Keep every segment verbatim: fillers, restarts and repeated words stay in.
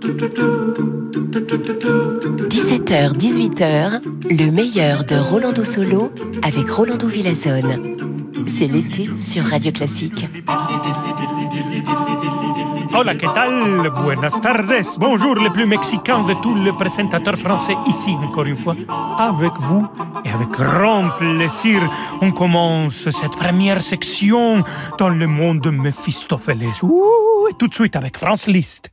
dix-sept heures dix-huit heures, le meilleur de Rolando Solo avec Rolando Villazone. C'est l'été sur Radio Classique. Hola, ¿qué tal? Buenas tardes. Bonjour, le plus mexicain de tous les présentateurs français, ici encore une fois, avec vous et avec grand plaisir. On commence cette première section dans le monde de Mephistopheles. Ouh, et tout de suite avec France Liszt.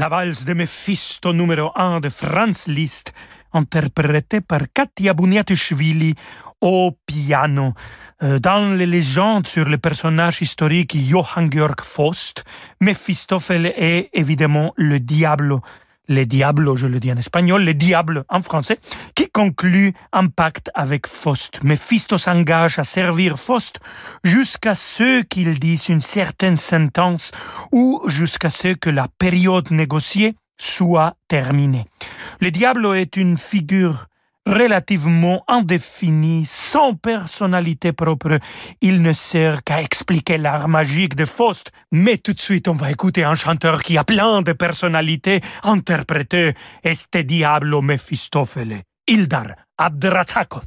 la valse de Mephisto numéro un de Franz Liszt, interprétée par Katia Bouniatishvili au piano. Euh, dans les légendes sur le personnage historique Johann Georg Faust, Méphistophèle est évidemment le diable. Le diablo, je le dis en espagnol, le diable en français, qui conclut un pacte avec Faust. Méphisto s'engage à servir Faust jusqu'à ce qu'il dise une certaine sentence ou jusqu'à ce que la période négociée soit terminée. Le diable est une figure relativement indéfini, sans personnalité propre. Il ne sert qu'à expliquer l'art magique de Faust. Mais tout de suite, on va écouter un chanteur qui a plein de personnalités interpréter este diablo Mephistophele, Ildar Abdrazakov.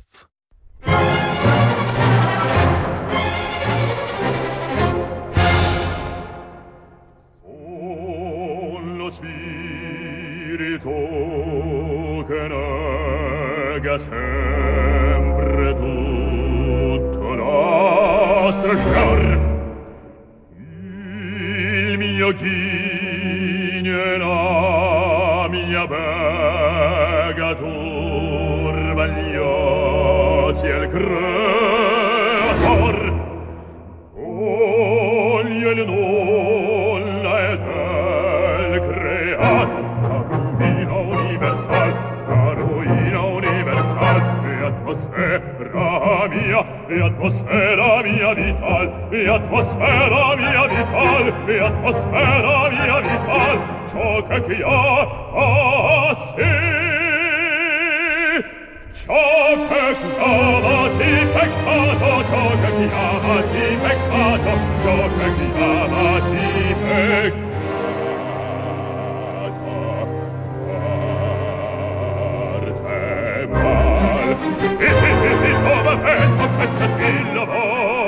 Solo spirito che nega sempre tutto nostro fior, il mio ghigno e la mia bega turba gli ozi e il creator, voglio il nulla ed el creato, la ruina universal, la ruina universal, e atmosfera mia, e atmosfera mia vital, e atmosfera mia vital, e atmosfera mia vital, ciò che chiama sì, ciò che chiama sì peccato, ciò che chiama sì peccato, ciò che chiama sì peccato. Vento questa sillaba,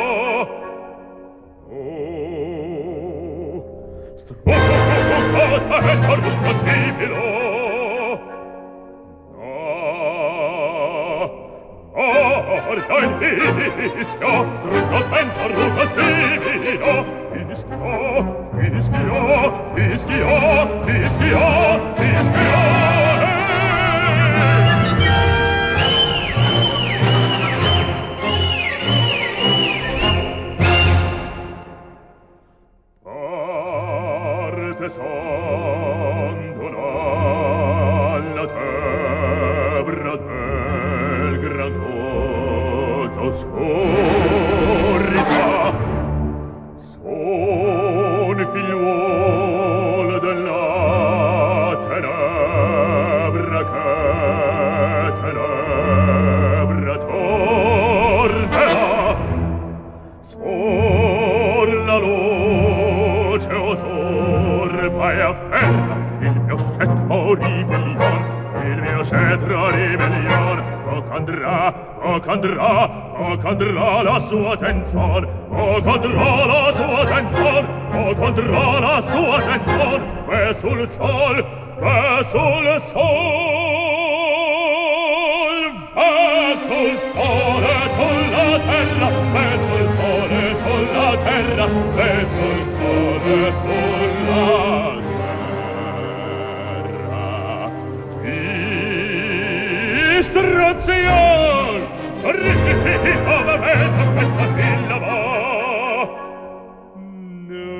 oh, struccata e tornuta sibilo, no, morta in fischio, struccata e tornuta sibilo, fischio, fischio, fischio, fischio, fischio, son dalla tebra del gran volto oscurità, son figliuolo della tenebra che tenebra tornerà, son la luce osorba e afferra il mio scettro ribellion, il mio scettro ribellion, poco andrà, poco andrà, poco andrà la sua tenzor, poco andrà la sua tenzor, poco andrà la sua tenzor, verso il sol, verso il sol, verso il sole, sulla terra, verso il sole, sulla terra, verso il sole, sulla terra. Distrazione, ripiva vento questa sillaba. No,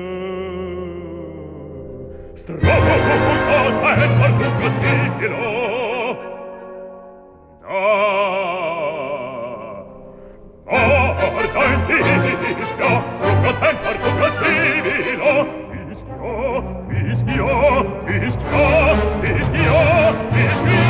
strocata e tornuto sibilo. Da, morta in fischio, strocata e tornuto sibilo. Fischio, fischio, fischio, fischio, fischio.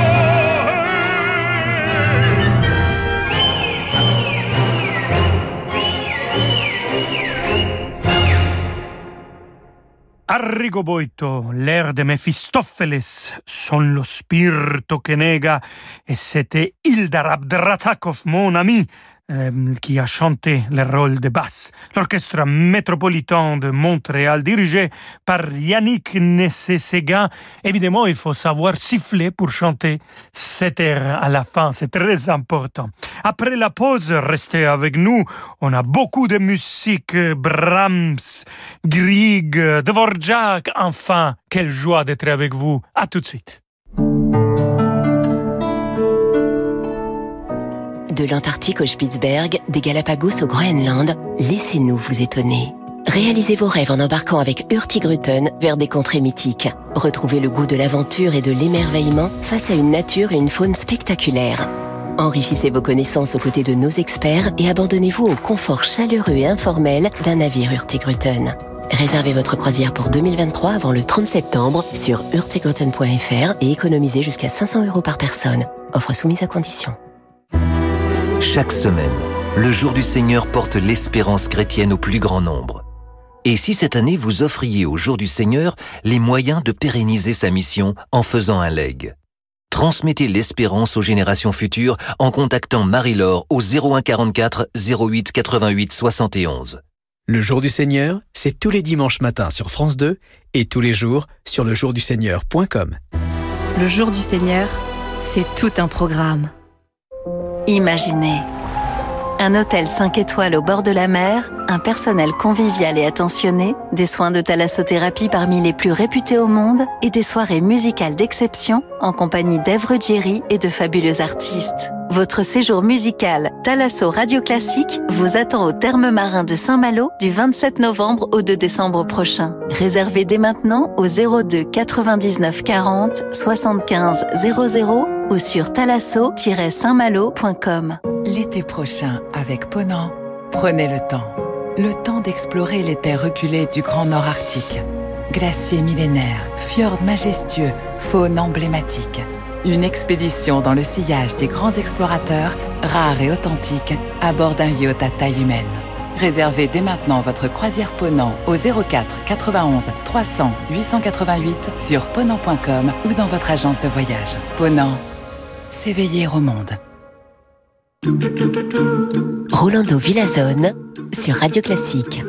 Arrigo Boito, l'air de Mephistopheles, son lo spirito che nega, et c'était Ildar Abdrazakov, mon ami, euh, qui a chanté le rôle de basse. L'orchestre métropolitain de Montréal, dirigé par Yannick Nessé-Séguin. Évidemment, il faut savoir siffler pour chanter cet air à la fin, c'est très important. Après la pause, restez avec nous. On a beaucoup de musique, Brahms, Grieg, Dvorak, enfin, quelle joie d'être avec vous. À tout de suite. De l'Antarctique au Spitzberg, des Galapagos au Groenland, laissez-nous vous étonner. Réalisez vos rêves en embarquant avec Hurtigruten vers des contrées mythiques. Retrouvez le goût de l'aventure et de l'émerveillement face à une nature et une faune spectaculaires. Enrichissez vos connaissances aux côtés de nos experts et abandonnez-vous au confort chaleureux et informel d'un navire Hurtigruten. Réservez votre croisière pour deux mille vingt-trois avant le trente septembre sur hurtigruten point f r et économisez jusqu'à cinq cents euros par personne. Offre soumise à condition. Chaque semaine, le Jour du Seigneur porte l'espérance chrétienne au plus grand nombre. Et si cette année vous offriez au Jour du Seigneur les moyens de pérenniser sa mission en faisant un legs? Transmettez l'espérance aux générations futures en contactant Marie-Laure au zéro un quarante-quatre zéro huit quatre-vingt-huit soixante et onze. Le Jour du Seigneur, c'est tous les dimanches matins sur France deux et tous les jours sur le jour du seigneur point com. Le Jour du Seigneur, c'est tout un programme. Imaginez un hôtel cinq étoiles au bord de la mer, un personnel convivial et attentionné, des soins de thalassothérapie parmi les plus réputés au monde et des soirées musicales d'exception en compagnie d'Ève Ruggieri et de fabuleux artistes. Votre séjour musical Thalasso Radio Classique vous attend au Thermes Marins de Saint-Malo du vingt-sept novembre au deux décembre prochain. Réservez dès maintenant au zéro deux quatre-vingt-dix-neuf quarante soixante-quinze zéro zéro ou sur thalasso tiret saint malo point com. L'été prochain, avec Ponant, prenez le temps. Le temps d'explorer les terres reculées du Grand Nord Arctique. Glaciers millénaires, fjords majestueux, faune emblématique. Une expédition dans le sillage des grands explorateurs, rares et authentiques, à bord d'un yacht à taille humaine. Réservez dès maintenant votre croisière Ponant au zéro quatre quatre-vingt-onze trois cents huit cent quatre-vingt-huit sur ponant point com ou dans votre agence de voyage. Ponant, s'éveiller au monde. Rolando Villazone sur Radio Classique.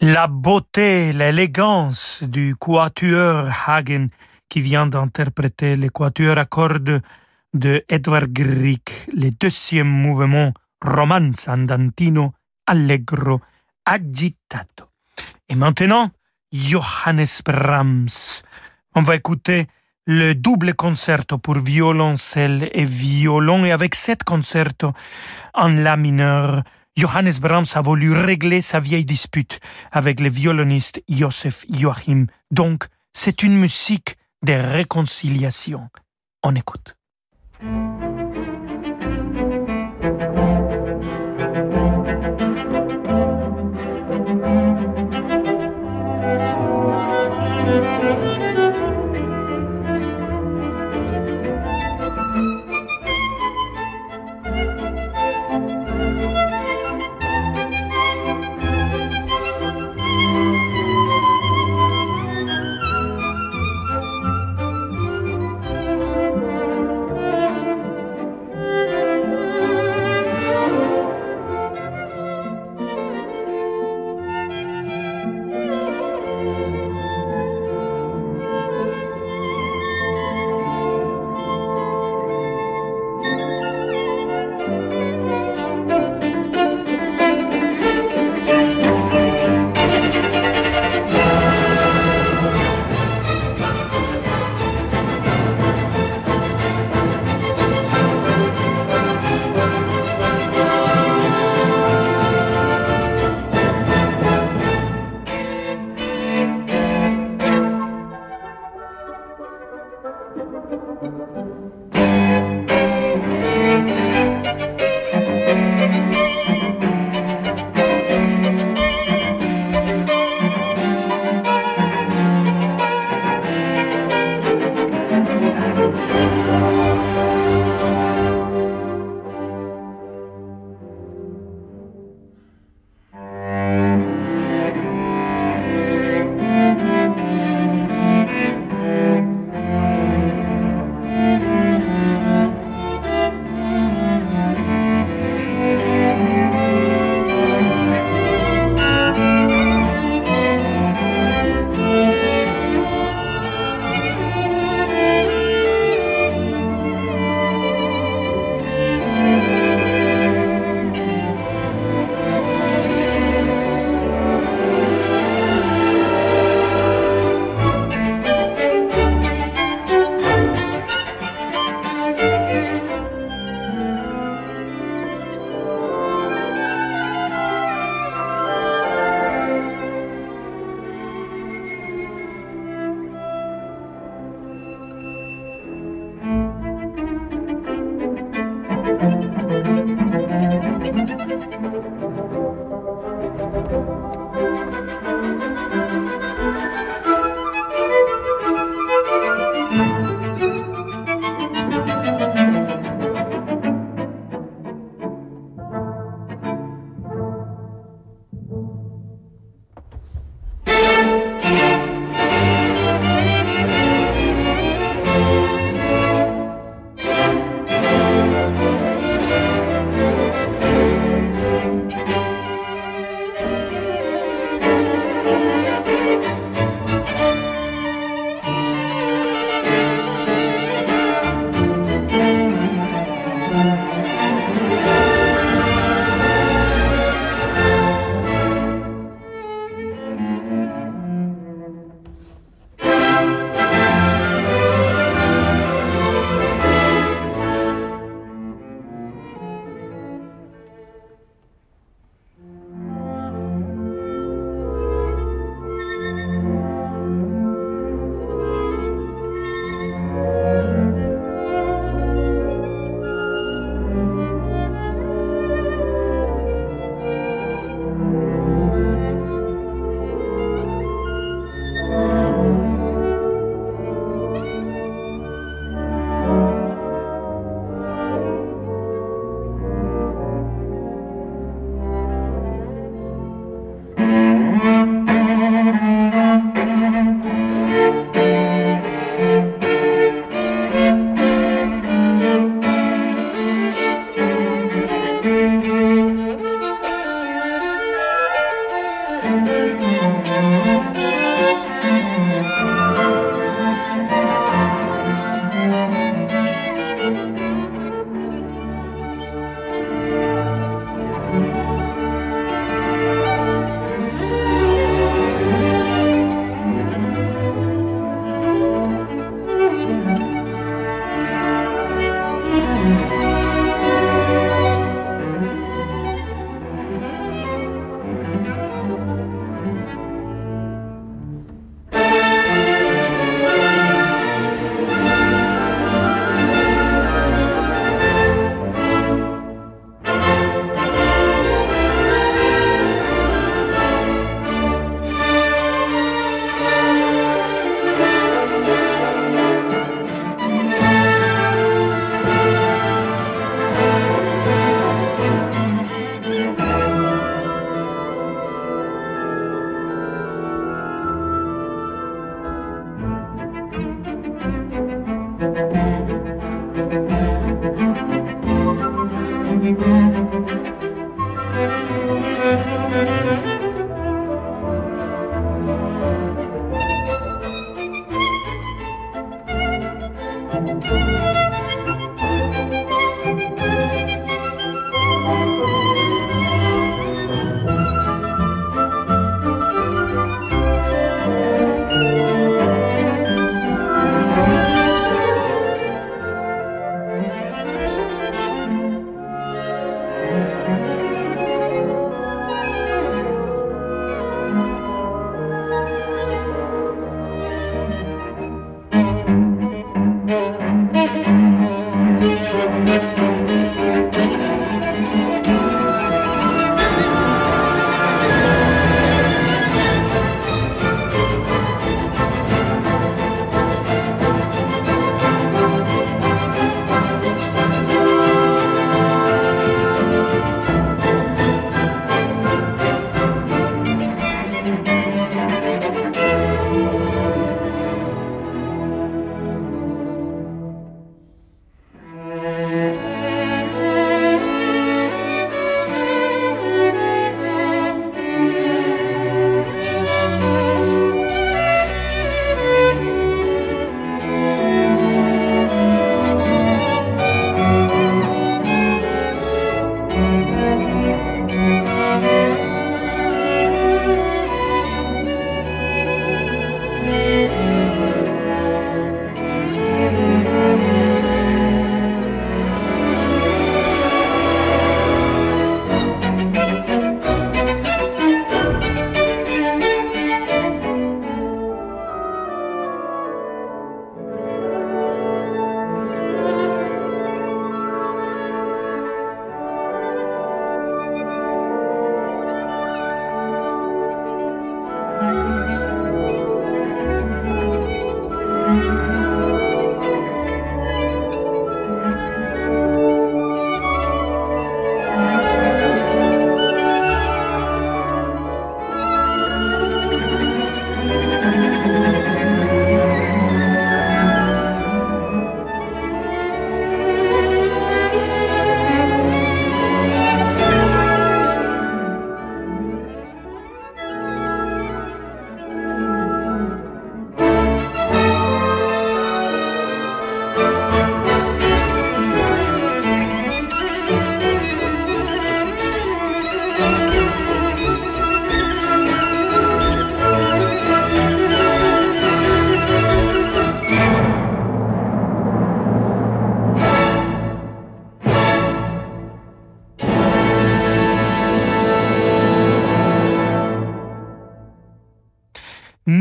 La beauté, l'élégance du quatuor Hagen qui vient d'interpréter le quatuor à cordes de Edvard Grieg, le deuxième mouvement Romanza andantino allegro agitato. Et maintenant, Johannes Brahms. On va écouter le double concerto pour violoncelle et violon, et avec cet concerto en la mineur, Johannes Brahms a voulu régler sa vieille dispute avec le violoniste Joseph Joachim. Donc, c'est une musique de réconciliation. On écoute.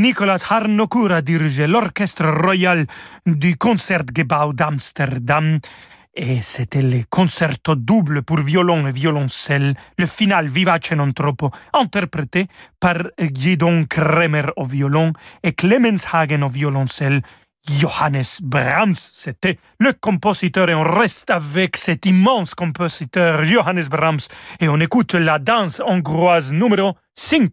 Nicolas Harnoncourt a dirigé l'orchestre royal du Concertgebouw d'Amsterdam. Et c'était le concerto double pour violon et violoncelle, le final Vivace non troppo, interprété par Gidon Kremer au violon et Clemens Hagen au violoncelle. Johannes Brahms, c'était le compositeur et on reste avec cet immense compositeur Johannes Brahms et on écoute la danse hongroise numéro cinq.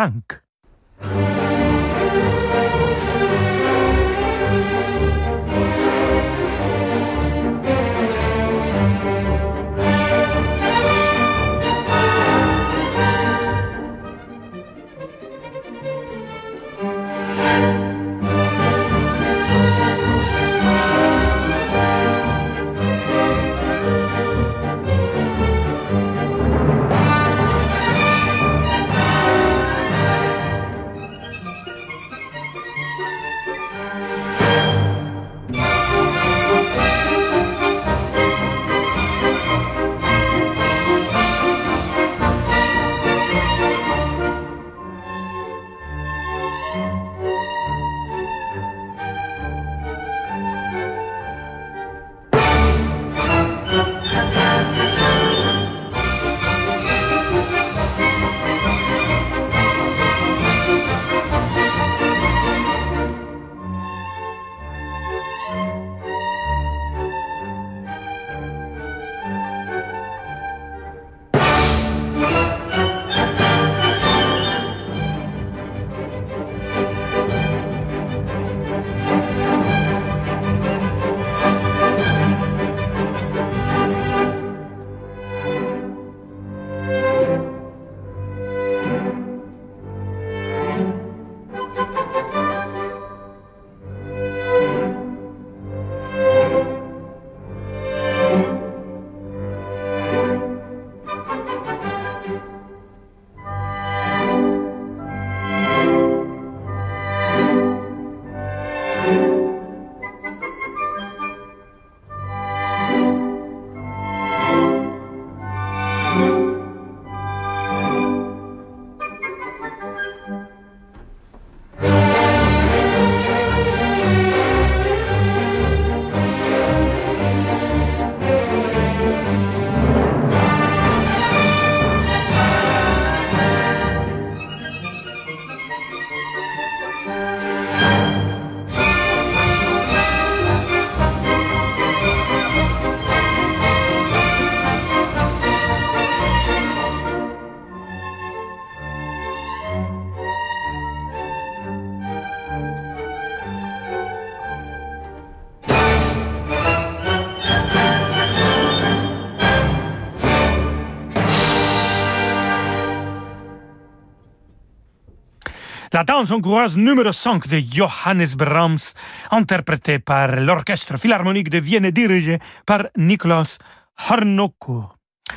La danse hongroise numéro cinq de Johannes Brahms, interprétée par l'Orchestre Philharmonique de Vienne et dirigée par Nicolas Harnoncourt.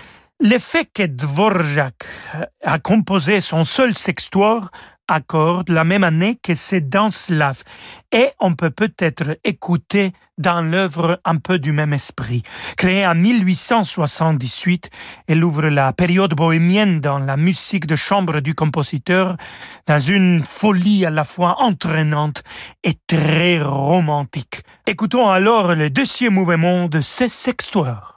Le fait que Dvorak a composé son seul sextoire accorde la même année que ces danses-là et on peut peut-être écouter dans l'œuvre un peu du même esprit. Créée en mille huit cent soixante-dix-huit, elle ouvre la période bohémienne dans la musique de chambre du compositeur dans une folie à la fois entraînante et très romantique. Écoutons alors le deuxième mouvement de ce sextoire.